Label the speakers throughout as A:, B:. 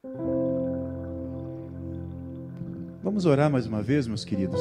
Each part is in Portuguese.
A: Vamos orar mais uma vez, meus queridos.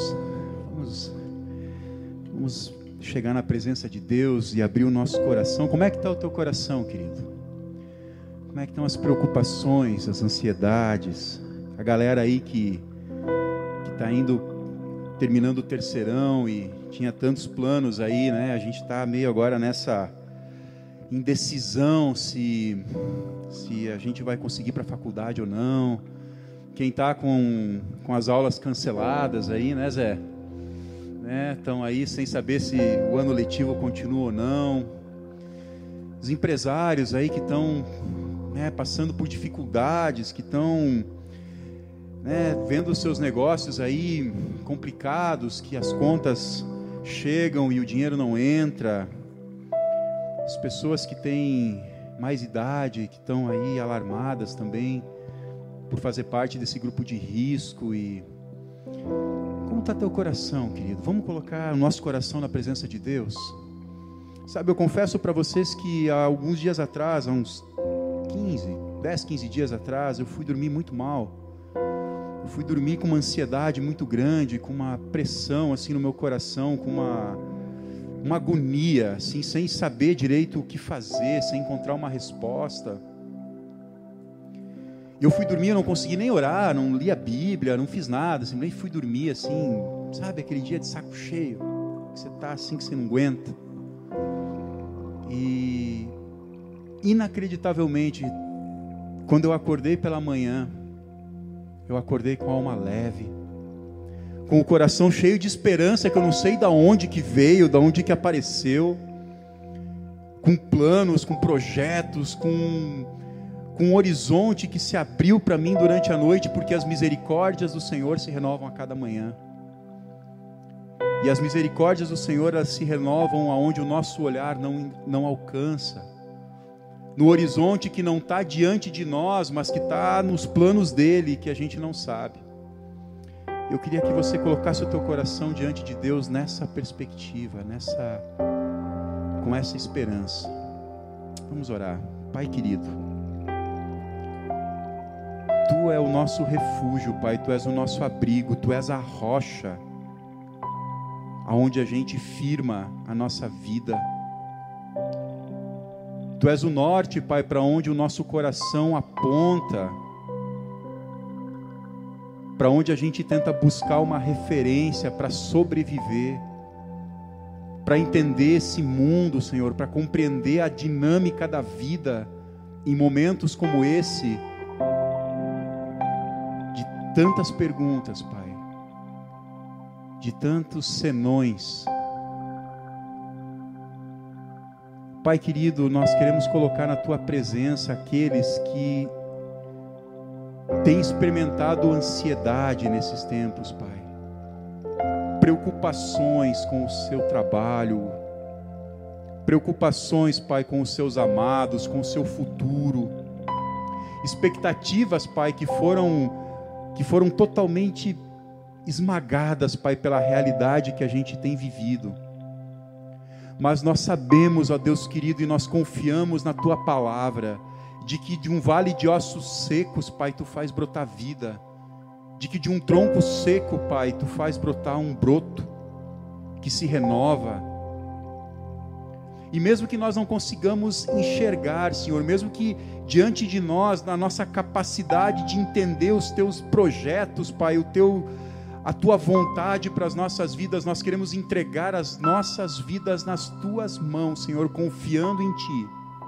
A: Vamos chegar na presença de Deus e abrir o nosso coração. Como é que está o teu coração, querido? Como é que estão as preocupações, as ansiedades? A galera aí que está terminando o terceirão e tinha tantos planos aí, né? A gente está meio agora nessa indecisão se a gente vai conseguir ir para a faculdade ou não. Quem está com as aulas canceladas aí, né, Zé? Estão aí sem saber se o ano letivo continua ou não. Os empresários aí que estão passando por dificuldades, que estão vendo os seus negócios aí complicados, que as contas chegam e o dinheiro não entra. As pessoas que têm mais idade, que estão aí alarmadas também por fazer parte desse grupo de risco. E como está teu coração, querido? Vamos colocar o nosso coração na presença de Deus? Sabe, eu confesso para vocês que há alguns dias atrás, há uns 10, 15 dias atrás, eu fui dormir muito mal. Eu fui dormir com uma ansiedade muito grande, com uma pressão assim no meu coração, com uma agonia, assim, sem saber direito o que fazer, sem encontrar uma resposta. Eu fui dormir, eu não consegui nem orar, não li a Bíblia, não fiz nada, assim, nem fui dormir assim, sabe, aquele dia de saco cheio, que você está assim, que você não aguenta. E inacreditavelmente, quando eu acordei pela manhã, eu acordei com a alma leve, com o coração cheio de esperança, que eu não sei de onde que veio, de onde que apareceu, com planos, com projetos, com um horizonte que se abriu para mim durante a noite, porque as misericórdias do Senhor se renovam a cada manhã. E as misericórdias do Senhor, elas se renovam aonde o nosso olhar não alcança, no horizonte que não está diante de nós, mas que está nos planos dele, que a gente não sabe. Eu queria que você colocasse o teu coração diante de Deus nessa perspectiva, com essa esperança. Vamos orar. Pai querido, Tu é o nosso refúgio, Pai, Tu és o nosso abrigo, Tu és a rocha aonde a gente firma a nossa vida. Tu és o norte, Pai, para onde o nosso coração aponta, para onde a gente tenta buscar uma referência para sobreviver, para entender esse mundo, Senhor, para compreender a dinâmica da vida em momentos como esse, de tantas perguntas, Pai, de tantos senões. Pai querido, nós queremos colocar na Tua presença aqueles que têm experimentado ansiedade nesses tempos, Pai. Preocupações com o seu trabalho, preocupações, Pai, com os seus amados, com o seu futuro. Expectativas, Pai, que foram totalmente esmagadas, Pai, pela realidade que a gente tem vivido. Mas nós sabemos, ó Deus querido, e nós confiamos na Tua palavra, de que de um vale de ossos secos, Pai, Tu faz brotar vida, de que de um tronco seco, Pai, Tu faz brotar um broto que se renova. E mesmo que nós não consigamos enxergar, Senhor, mesmo que diante de nós, na nossa capacidade de entender os Teus projetos, Pai, a Tua vontade para as nossas vidas, nós queremos entregar as nossas vidas nas Tuas mãos, Senhor, confiando em Ti.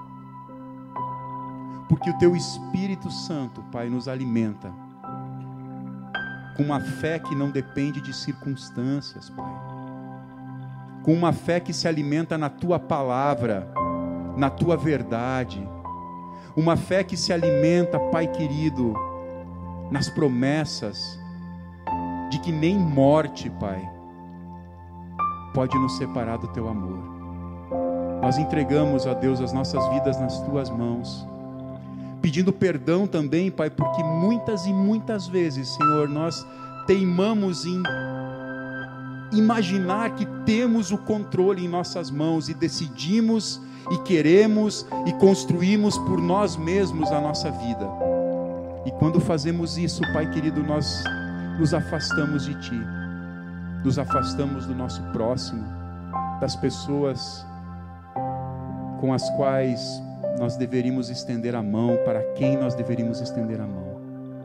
A: Porque o Teu Espírito Santo, Pai, nos alimenta com uma fé que não depende de circunstâncias, Pai. Com uma fé que se alimenta na Tua palavra, na Tua verdade. Uma fé que se alimenta, Pai querido, nas promessas de que nem morte, Pai, pode nos separar do Teu amor. Nós entregamos, ó Deus, as nossas vidas nas Tuas mãos, pedindo perdão também, Pai, porque muitas e muitas vezes, Senhor, nós teimamos em imaginar que temos o controle em nossas mãos e decidimos e queremos e construímos por nós mesmos a nossa vida. E quando fazemos isso, Pai querido, nós nos afastamos de Ti, nos afastamos do nosso próximo, das pessoas com as quais nós deveríamos estender a mão, para quem nós deveríamos estender a mão.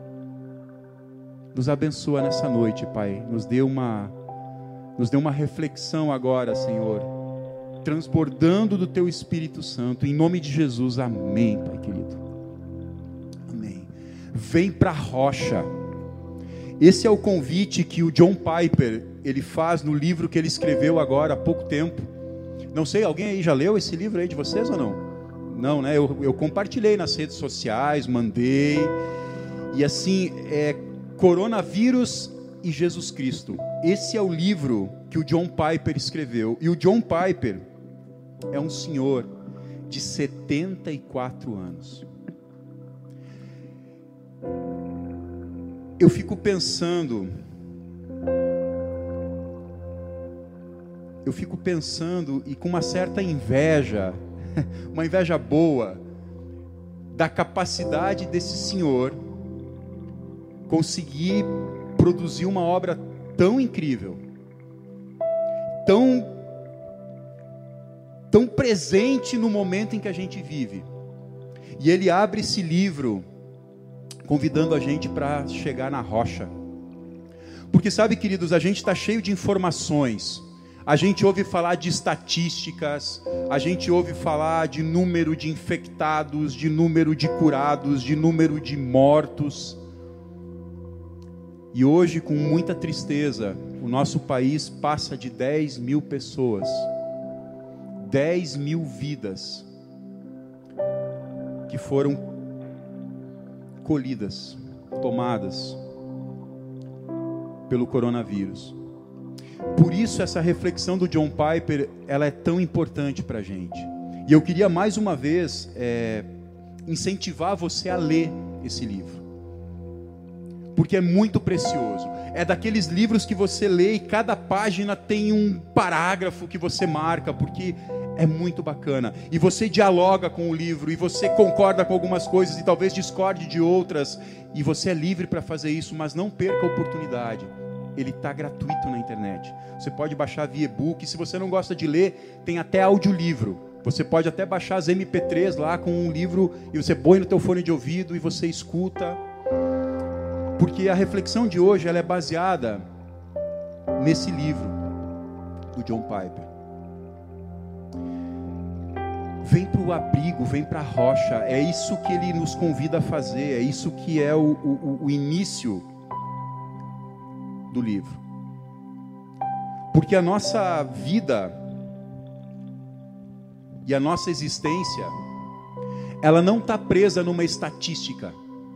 A: Nos abençoa nessa noite, Pai. Nos dê uma reflexão agora, Senhor, transbordando do Teu Espírito Santo. Em nome de Jesus, amém, Pai querido. Amém. Vem para a rocha. Esse é o convite que o John Piper, ele faz no livro que ele escreveu agora há pouco tempo. Não sei, alguém aí já leu esse livro aí de vocês ou não? Não, né? Eu compartilhei nas redes sociais, mandei. E assim, Coronavírus e Jesus Cristo. Esse é o livro que o John Piper escreveu. E o John Piper é um senhor de 74 anos. Eu fico pensando e com uma certa inveja, uma inveja boa, da capacidade desse senhor conseguir produzir uma obra tão incrível, tão presente no momento em que a gente vive. E ele abre esse livro convidando a gente para chegar na rocha. Porque sabe, queridos, a gente está cheio de informações. A gente ouve falar de estatísticas, a gente ouve falar de número de infectados, de número de curados, de número de mortos. E hoje, com muita tristeza, o nosso país passa de 10 mil pessoas, 10 mil vidas que foram colhidas, tomadas pelo coronavírus. Por isso essa reflexão do John Piper, ela é tão importante para a gente. E eu queria mais uma vez incentivar você a ler esse livro, porque é muito precioso. É daqueles livros que você lê e cada página tem um parágrafo que você marca, porque é muito bacana. E você dialoga com o livro, e você concorda com algumas coisas e talvez discorde de outras, e você é livre para fazer isso, mas não perca a oportunidade. Ele está gratuito na internet. Você pode baixar via e-book. Se você não gosta de ler, tem até audiolivro. Você pode até baixar as MP3 lá com um livro, e você põe no teu fone de ouvido e você escuta. Porque a reflexão de hoje, ela é baseada nesse livro do John Piper. Vem para o abrigo, vem para a rocha. É isso que ele nos convida a fazer. É isso que é o início do livro. Porque a nossa vida e a nossa existência, ela não está presa numa estatística.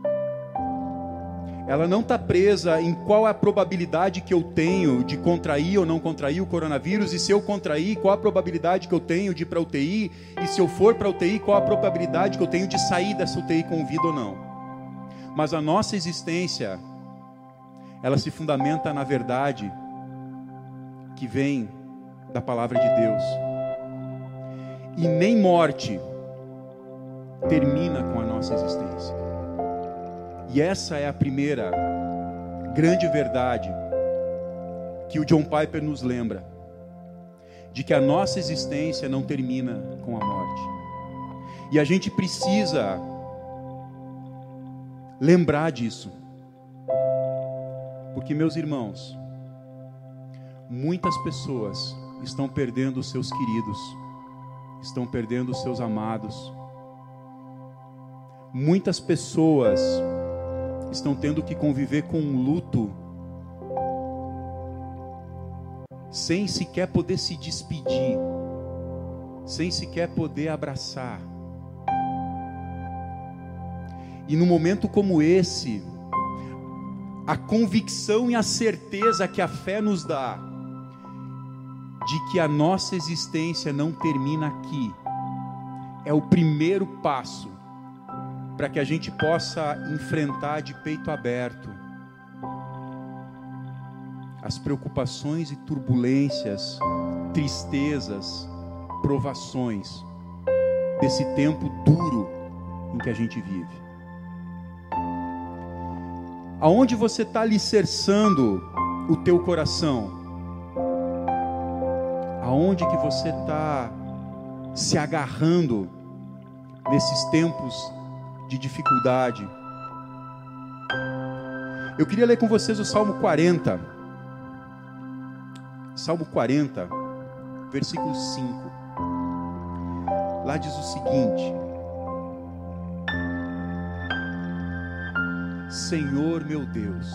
A: Ela não está presa em qual é a probabilidade que eu tenho de contrair ou não contrair o coronavírus, e se eu contrair, qual a probabilidade que eu tenho de ir para a UTI, e se eu for para a UTI, qual a probabilidade que eu tenho de sair dessa UTI com vida ou não. Mas a nossa existência, ela se fundamenta na verdade que vem da palavra de Deus. E nem morte termina com a nossa existência. E essa é a primeira grande verdade que o John Piper nos lembra, de que a nossa existência não termina com a morte. E a gente precisa lembrar disso. Porque, meus irmãos, muitas pessoas estão perdendo os seus queridos, estão perdendo os seus amados. Muitas pessoas estão tendo que conviver com um luto sem sequer poder se despedir, sem sequer poder abraçar. E num momento como esse, a convicção e a certeza que a fé nos dá de que a nossa existência não termina aqui, é o primeiro passo para que a gente possa enfrentar de peito aberto as preocupações e turbulências, tristezas, provações desse tempo duro em que a gente vive. Aonde você está alicerçando o teu coração? Aonde que você está se agarrando nesses tempos de dificuldade? Eu queria ler com vocês o Salmo 40. Salmo 40, versículo 5. Lá diz o seguinte: Senhor meu Deus,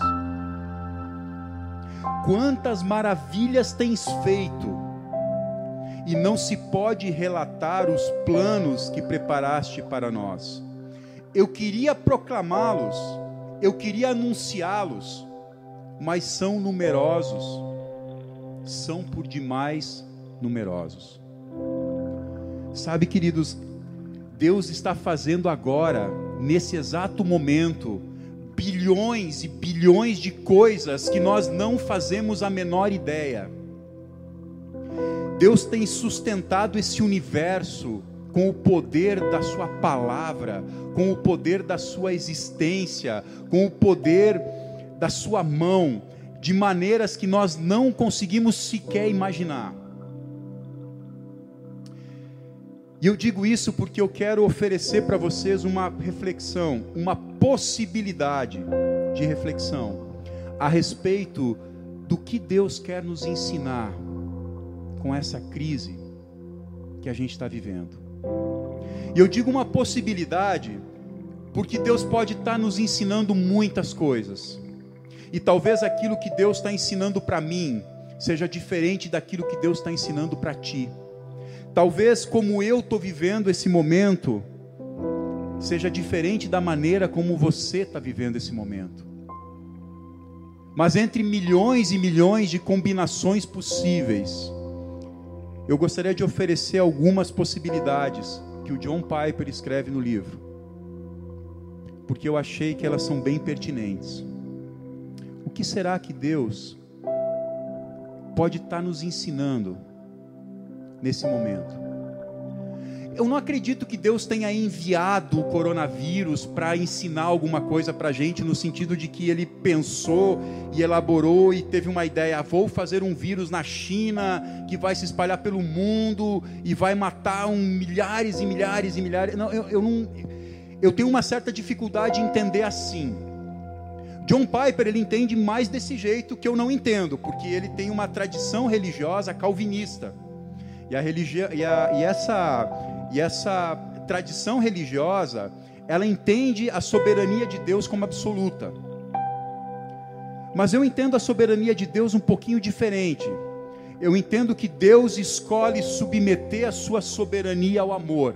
A: quantas maravilhas tens feito, e não se pode relatar os planos que preparaste para nós. Eu queria proclamá-los, eu queria anunciá-los, mas são numerosos, são por demais numerosos. Sabe, queridos, Deus está fazendo agora, nesse exato momento, bilhões e bilhões de coisas que nós não fazemos a menor ideia. Deus tem sustentado esse universo com o poder da sua palavra, com o poder da sua existência, com o poder da sua mão, de maneiras que nós não conseguimos sequer imaginar. E eu digo isso porque eu quero oferecer para vocês uma reflexão, uma possibilidade de reflexão a respeito do que Deus quer nos ensinar com essa crise que a gente está vivendo. E eu digo uma possibilidade porque Deus pode estar nos ensinando muitas coisas. E talvez aquilo que Deus está ensinando para mim seja diferente daquilo que Deus está ensinando para ti. Talvez como eu estou vivendo esse momento seja diferente da maneira como você está vivendo esse momento. Mas entre milhões e milhões de combinações possíveis, eu gostaria de oferecer algumas possibilidades que o John Piper escreve no livro, porque eu achei que elas são bem pertinentes. O que será que Deus pode estar nos ensinando nesse momento? Eu não acredito que Deus tenha enviado o coronavírus para ensinar alguma coisa para a gente, no sentido de que Ele pensou e elaborou e teve uma ideia: vou fazer um vírus na China que vai se espalhar pelo mundo e vai matar milhares e milhares e milhares. Não, eu tenho uma certa dificuldade em entender assim. John Piper, ele entende mais desse jeito, que eu não entendo, porque ele tem uma tradição religiosa calvinista. E essa tradição religiosa, ela entende a soberania de Deus como absoluta. Mas eu entendo a soberania de Deus um pouquinho diferente. Eu entendo que Deus escolhe submeter a sua soberania ao amor.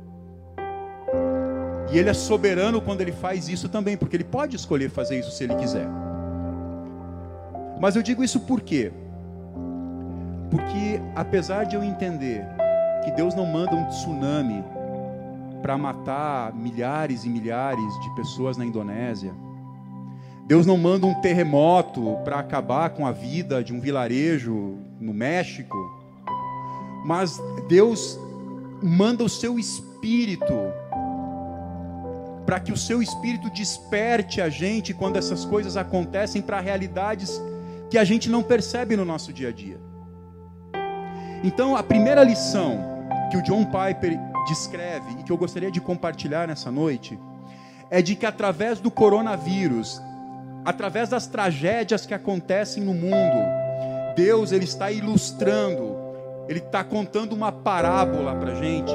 A: E Ele é soberano quando Ele faz isso também, porque Ele pode escolher fazer isso se Ele quiser. Mas eu digo isso por quê? Porque apesar de eu entender que Deus não manda um tsunami para matar milhares e milhares de pessoas na Indonésia, Deus não manda um terremoto para acabar com a vida de um vilarejo no México, mas Deus manda o seu Espírito, para que o seu Espírito desperte a gente quando essas coisas acontecem para realidades que a gente não percebe no nosso dia a dia. Então, a primeira lição que o John Piper descreve e que eu gostaria de compartilhar nessa noite é de que através do coronavírus, através das tragédias que acontecem no mundo, Deus, Ele está ilustrando, Ele está contando uma parábola para a gente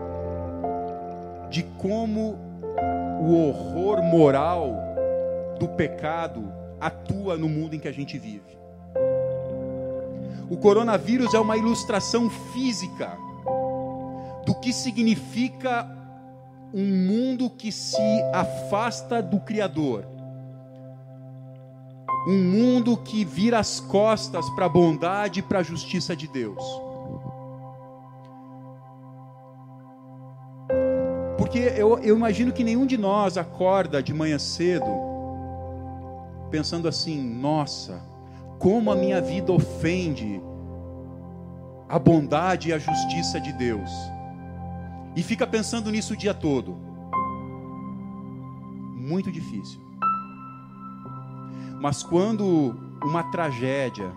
A: de como o horror moral do pecado atua no mundo em que a gente vive. O coronavírus é uma ilustração física do que significa um mundo que se afasta do Criador. Um mundo que vira as costas para a bondade e para a justiça de Deus. Porque eu imagino que nenhum de nós acorda de manhã cedo pensando assim: nossa, como a minha vida ofende a bondade e a justiça de Deus. E fica pensando nisso o dia todo. Muito difícil. Mas quando uma tragédia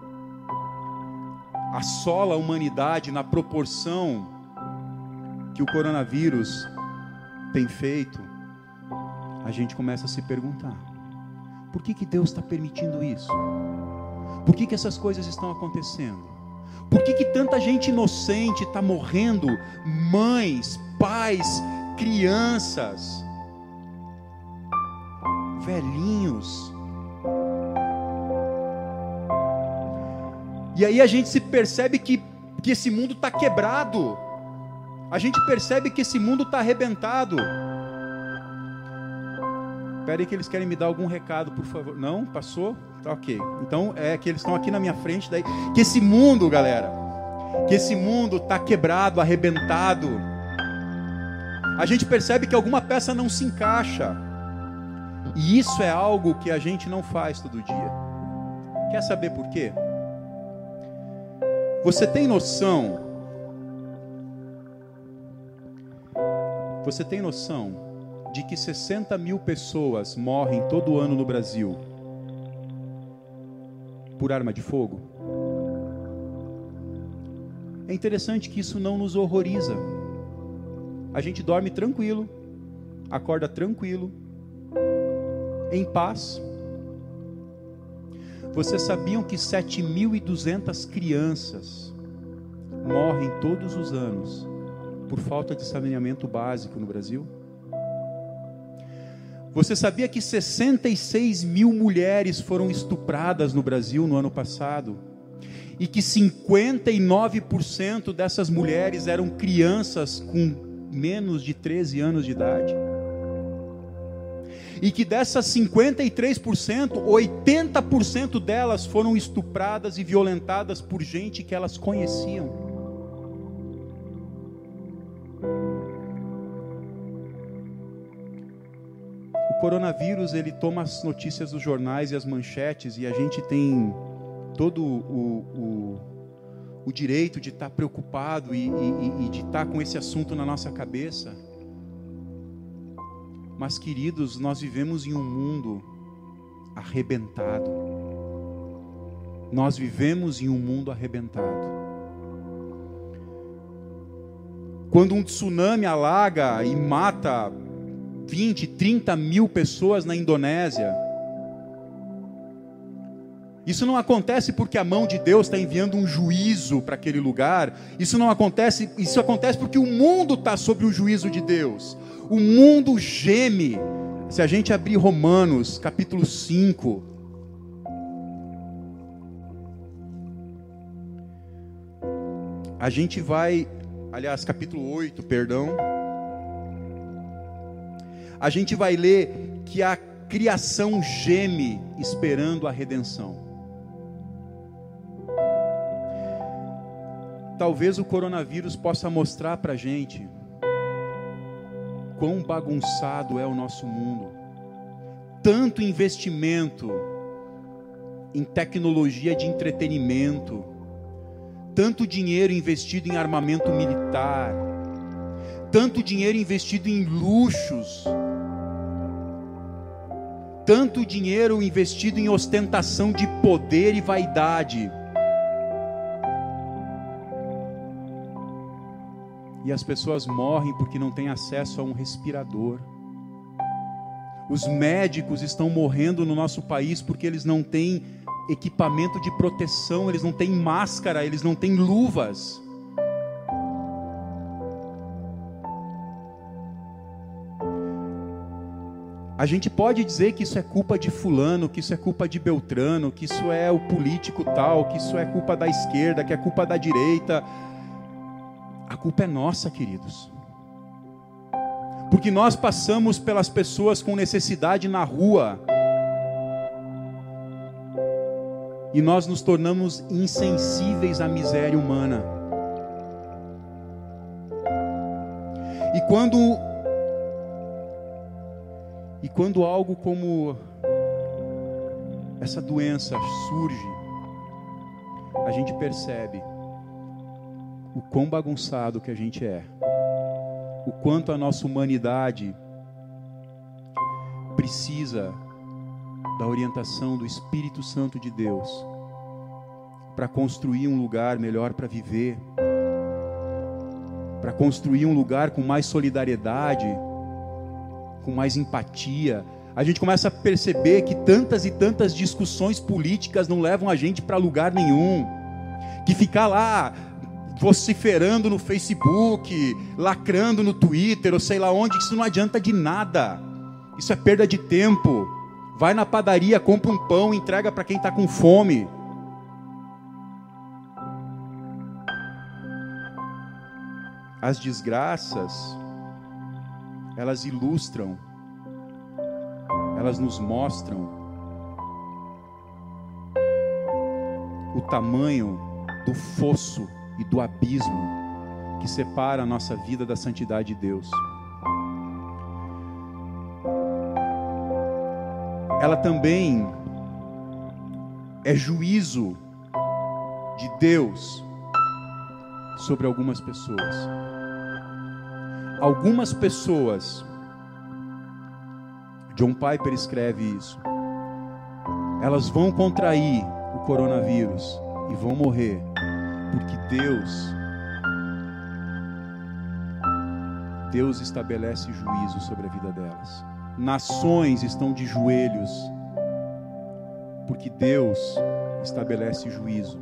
A: assola a humanidade na proporção que o coronavírus tem feito, a gente começa a se perguntar: por que Deus está permitindo isso? Por que essas coisas estão acontecendo? Por que tanta gente inocente está morrendo? Mães, pais, crianças, velhinhos. E aí a gente se percebe que esse mundo está quebrado. A gente percebe que esse mundo está arrebentado. Espera aí que eles querem me dar algum recado, por favor. Não? Passou? Tá ok. Então é que eles estão aqui na minha frente. Daí. Que esse mundo, galera, que esse mundo está quebrado, arrebentado. A gente percebe que alguma peça não se encaixa. E isso é algo que a gente não faz todo dia. Quer saber por quê? Você tem noção? Você tem noção de que 60 mil pessoas morrem todo ano no Brasil por arma de fogo? É interessante que isso não nos horroriza. A gente dorme tranquilo, acorda tranquilo, em paz. Vocês sabiam que 7.200 crianças morrem todos os anos por falta de saneamento básico no Brasil? Você sabia que 66 mil mulheres foram estupradas no Brasil no ano passado? E que 59% dessas mulheres eram crianças com menos de 13 anos de idade? E que dessas 53%, 80% delas foram estupradas e violentadas por gente que elas conheciam. O coronavírus, ele toma as notícias dos jornais e as manchetes, e a gente tem todo o direito de estar preocupado e de estar com esse assunto na nossa cabeça. Mas, queridos, nós vivemos em um mundo arrebentado. Nós vivemos em um mundo arrebentado. Quando um tsunami alaga e mata 20, 30 mil pessoas na Indonésia, isso não acontece porque a mão de Deus está enviando um juízo para aquele lugar. Isso acontece porque o mundo está sob o juízo de Deus. O mundo geme. Se a gente abrir Romanos, capítulo 5, a gente vai, aliás, capítulo 8, perdão. A gente vai ler que a criação geme esperando a redenção. Talvez o coronavírus possa mostrar para a gente quão bagunçado é o nosso mundo. Tanto investimento em tecnologia de entretenimento, tanto dinheiro investido em armamento militar, tanto dinheiro investido em luxos, tanto dinheiro investido em ostentação de poder e vaidade. E as pessoas morrem porque não têm acesso a um respirador. Os médicos estão morrendo no nosso país porque eles não têm equipamento de proteção, eles não têm máscara, eles não têm luvas. A gente pode dizer que isso é culpa de fulano, que isso é culpa de Beltrano, que isso é o político tal, que isso é culpa da esquerda, que é culpa da direita. A culpa é nossa, queridos. Porque nós passamos pelas pessoas com necessidade na rua e nós nos tornamos insensíveis à miséria humana. E quando algo como essa doença surge, a gente percebe o quão bagunçado que a gente é, o quanto a nossa humanidade precisa da orientação do Espírito Santo de Deus para construir um lugar melhor para viver, para construir um lugar com mais solidariedade, com mais empatia. A gente começa a perceber que tantas e tantas discussões políticas não levam a gente para lugar nenhum, que ficar lá vociferando no Facebook, lacrando no Twitter, ou sei lá onde, isso não adianta de nada. Isso é perda de tempo. Vai na padaria, compra um pão, entrega para quem está com fome. As desgraças, elas ilustram, elas nos mostram o tamanho do fosso e do abismo que separa a nossa vida da santidade de Deus. Ela também é juízo de Deus sobre algumas pessoas. Algumas pessoas, John Piper escreve isso, elas vão contrair o coronavírus e vão morrer, porque Deus estabelece juízo sobre a vida delas. Nações estão de joelhos, porque Deus estabelece juízo.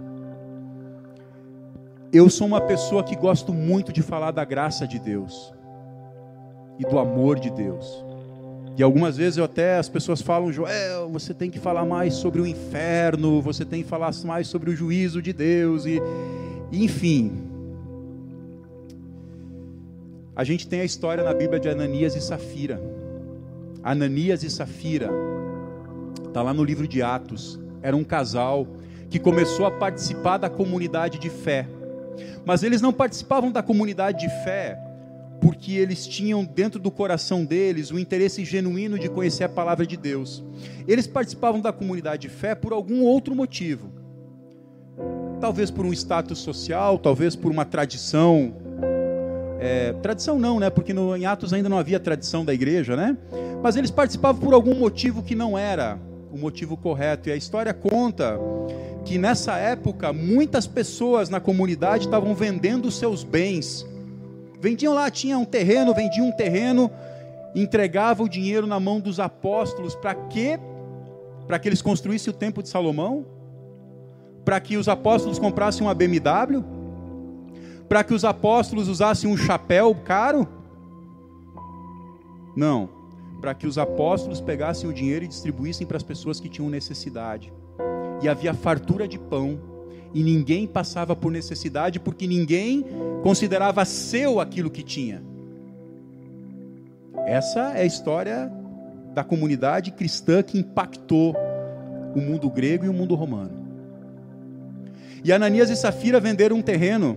A: Eu sou uma pessoa que gosto muito de falar da graça de Deus e do amor de Deus. E algumas vezes as pessoas falam: Joel, você tem que falar mais sobre o inferno, você tem que falar mais sobre o juízo de Deus, e enfim. A gente tem a história na Bíblia de Ananias e Safira. Ananias e Safira, está lá no livro de Atos. Era um casal que começou a participar da comunidade de fé. Mas eles não participavam da comunidade de fé porque eles tinham dentro do coração deles o interesse genuíno de conhecer a palavra de Deus. Eles participavam da comunidade de fé por algum outro motivo. Talvez por um status social, talvez por uma tradição. Tradição não, né? Porque em Atos ainda não havia tradição da igreja, né? Mas eles participavam por algum motivo que não era o motivo correto. E a história conta que nessa época muitas pessoas na comunidade estavam vendendo seus bens. Vendiam lá, tinha um terreno, vendiam um terreno, entregavam o dinheiro na mão dos apóstolos. Para quê? Para que eles construíssem o templo de Salomão? Para que os apóstolos comprassem uma BMW? Para que os apóstolos usassem um chapéu caro? Não. Para que os apóstolos pegassem o dinheiro e distribuíssem para as pessoas que tinham necessidade. E havia fartura de pão, e ninguém passava por necessidade, porque ninguém considerava seu aquilo que tinha. Essa é a história da comunidade cristã que impactou o mundo grego e o mundo romano. E Ananias e Safira venderam um terreno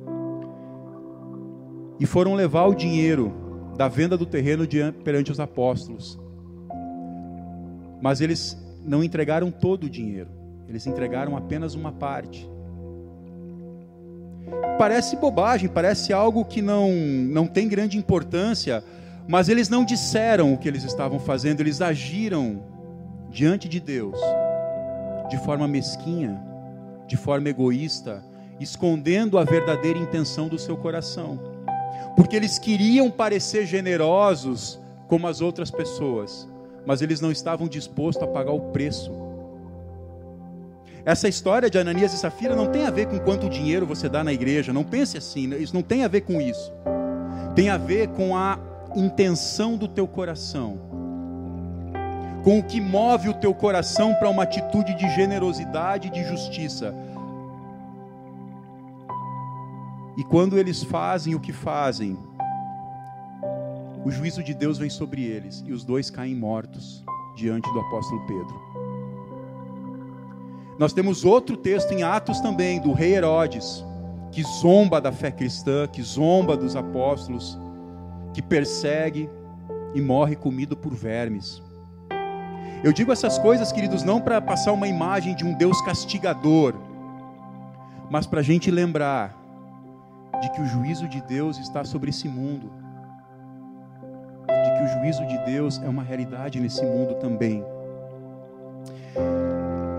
A: e foram levar o dinheiro da venda do terreno perante os apóstolos. Mas eles não entregaram todo o dinheiro. Eles entregaram apenas uma parte. Parece bobagem, parece algo que não tem grande importância, mas eles não disseram o que eles estavam fazendo, eles agiram diante de Deus de forma mesquinha, de forma egoísta, escondendo a verdadeira intenção do seu coração, porque eles queriam parecer generosos como as outras pessoas, mas eles não estavam dispostos a pagar o preço. Essa história de Ananias e Safira não tem a ver com quanto dinheiro você dá na igreja, não pense assim, isso não tem a ver com isso. Tem a ver com a intenção do teu coração, com o que move o teu coração para uma atitude de generosidade e de justiça. E quando eles fazem o que fazem, o juízo de Deus vem sobre eles, e os dois caem mortos diante do apóstolo Pedro. Nós temos outro texto em Atos também, do rei Herodes, que zomba da fé cristã, que zomba dos apóstolos, que persegue e morre comido por vermes. Eu digo essas coisas, queridos, não para passar uma imagem de um Deus castigador, mas para a gente lembrar de que o juízo de Deus está sobre esse mundo, de que o juízo de Deus é uma realidade nesse mundo também.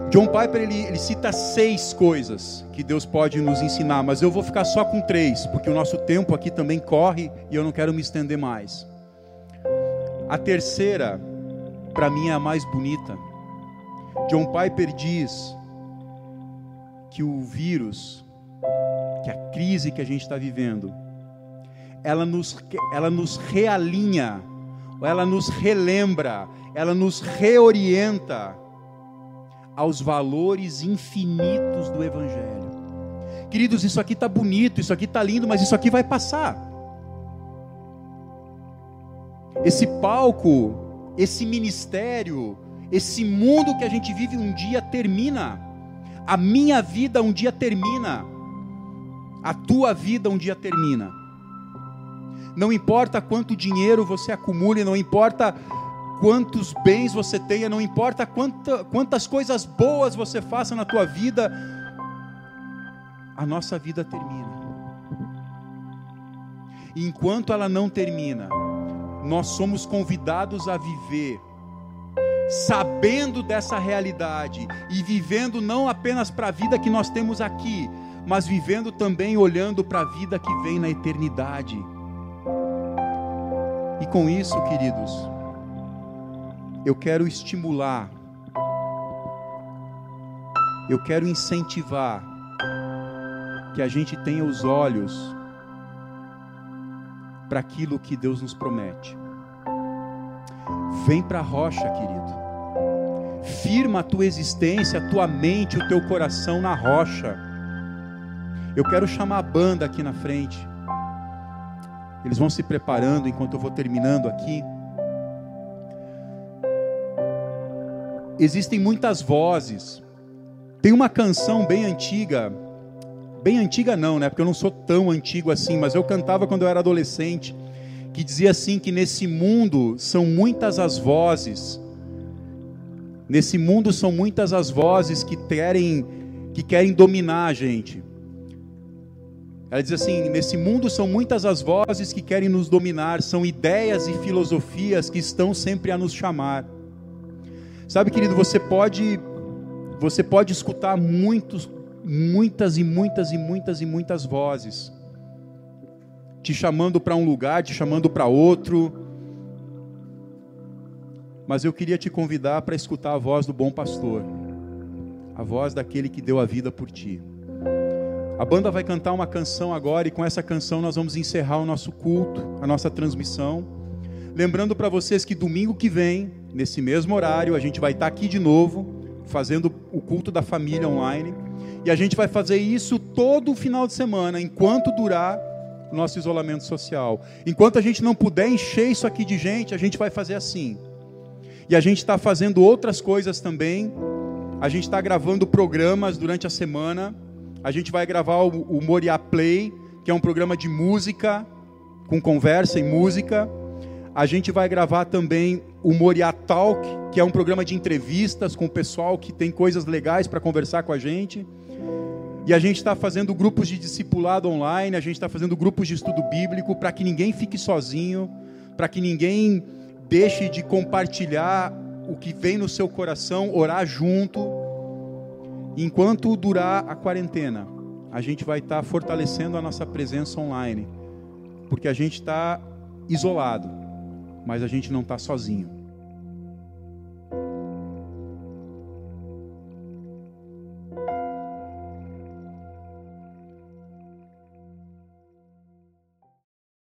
A: John Piper, ele cita 6 coisas que Deus pode nos ensinar, mas eu vou ficar só com 3, porque o nosso tempo aqui também corre e eu não quero me estender mais. A terceira, para mim, é a mais bonita. John Piper diz que o vírus, que a crise que a gente está vivendo, ela nos realinha, ela nos relembra, ela nos reorienta aos valores infinitos do Evangelho. Queridos, isso aqui está bonito, isso aqui está lindo, mas isso aqui vai passar. Esse palco, esse ministério, esse mundo que a gente vive um dia termina. A minha vida um dia termina. A tua vida um dia termina. Não importa quanto dinheiro você acumule, não importa quantos bens você tenha, não importa quantas coisas boas você faça na tua vida, a nossa vida termina. E enquanto ela não termina, nós somos convidados a viver sabendo dessa realidade e vivendo não apenas para a vida que nós temos aqui, mas vivendo também olhando para a vida que vem na eternidade. E com isso, queridos, eu quero estimular, eu quero incentivar que a gente tenha os olhos para aquilo que Deus nos promete. Vem para a rocha, querido. Firma a tua existência, a tua mente, o teu coração na rocha. Eu quero chamar a banda aqui na frente. Eles vão se preparando enquanto eu vou terminando aqui. Existem muitas vozes. Tem uma canção bem antiga não, né? Porque eu não sou tão antigo assim, mas eu cantava quando eu era adolescente, que dizia assim, que nesse mundo são muitas as vozes. Nesse mundo são muitas as vozes que querem dominar a gente. Ela diz assim: nesse mundo são muitas as vozes que querem nos dominar, são ideias e filosofias que estão sempre a nos chamar. Sabe, querido, você pode escutar muitas vozes, te chamando para um lugar, te chamando para outro, mas eu queria te convidar para escutar a voz do bom pastor, a voz daquele que deu a vida por ti. A banda vai cantar uma canção agora, e com essa canção nós vamos encerrar o nosso culto, a nossa transmissão. Lembrando para vocês que domingo que vem, nesse mesmo horário, a gente vai estar aqui de novo, fazendo o culto da família online. E a gente vai fazer isso todo final de semana, enquanto durar o nosso isolamento social. Enquanto a gente não puder encher isso aqui de gente, a gente vai fazer assim. E a gente está fazendo outras coisas também. A gente está gravando programas durante a semana. A gente vai gravar o Moriá Play, que é um programa de música, com conversa e música. A gente vai gravar também o Moriá Talk, que é um programa de entrevistas com o pessoal que tem coisas legais para conversar com a gente. E a gente está fazendo grupos de discipulado online, a gente está fazendo grupos de estudo bíblico, para que ninguém fique sozinho, para que ninguém deixe de compartilhar o que vem no seu coração, orar junto. Enquanto durar a quarentena, a gente vai estar fortalecendo a nossa presença online, porque a gente está isolado, mas a gente não está sozinho.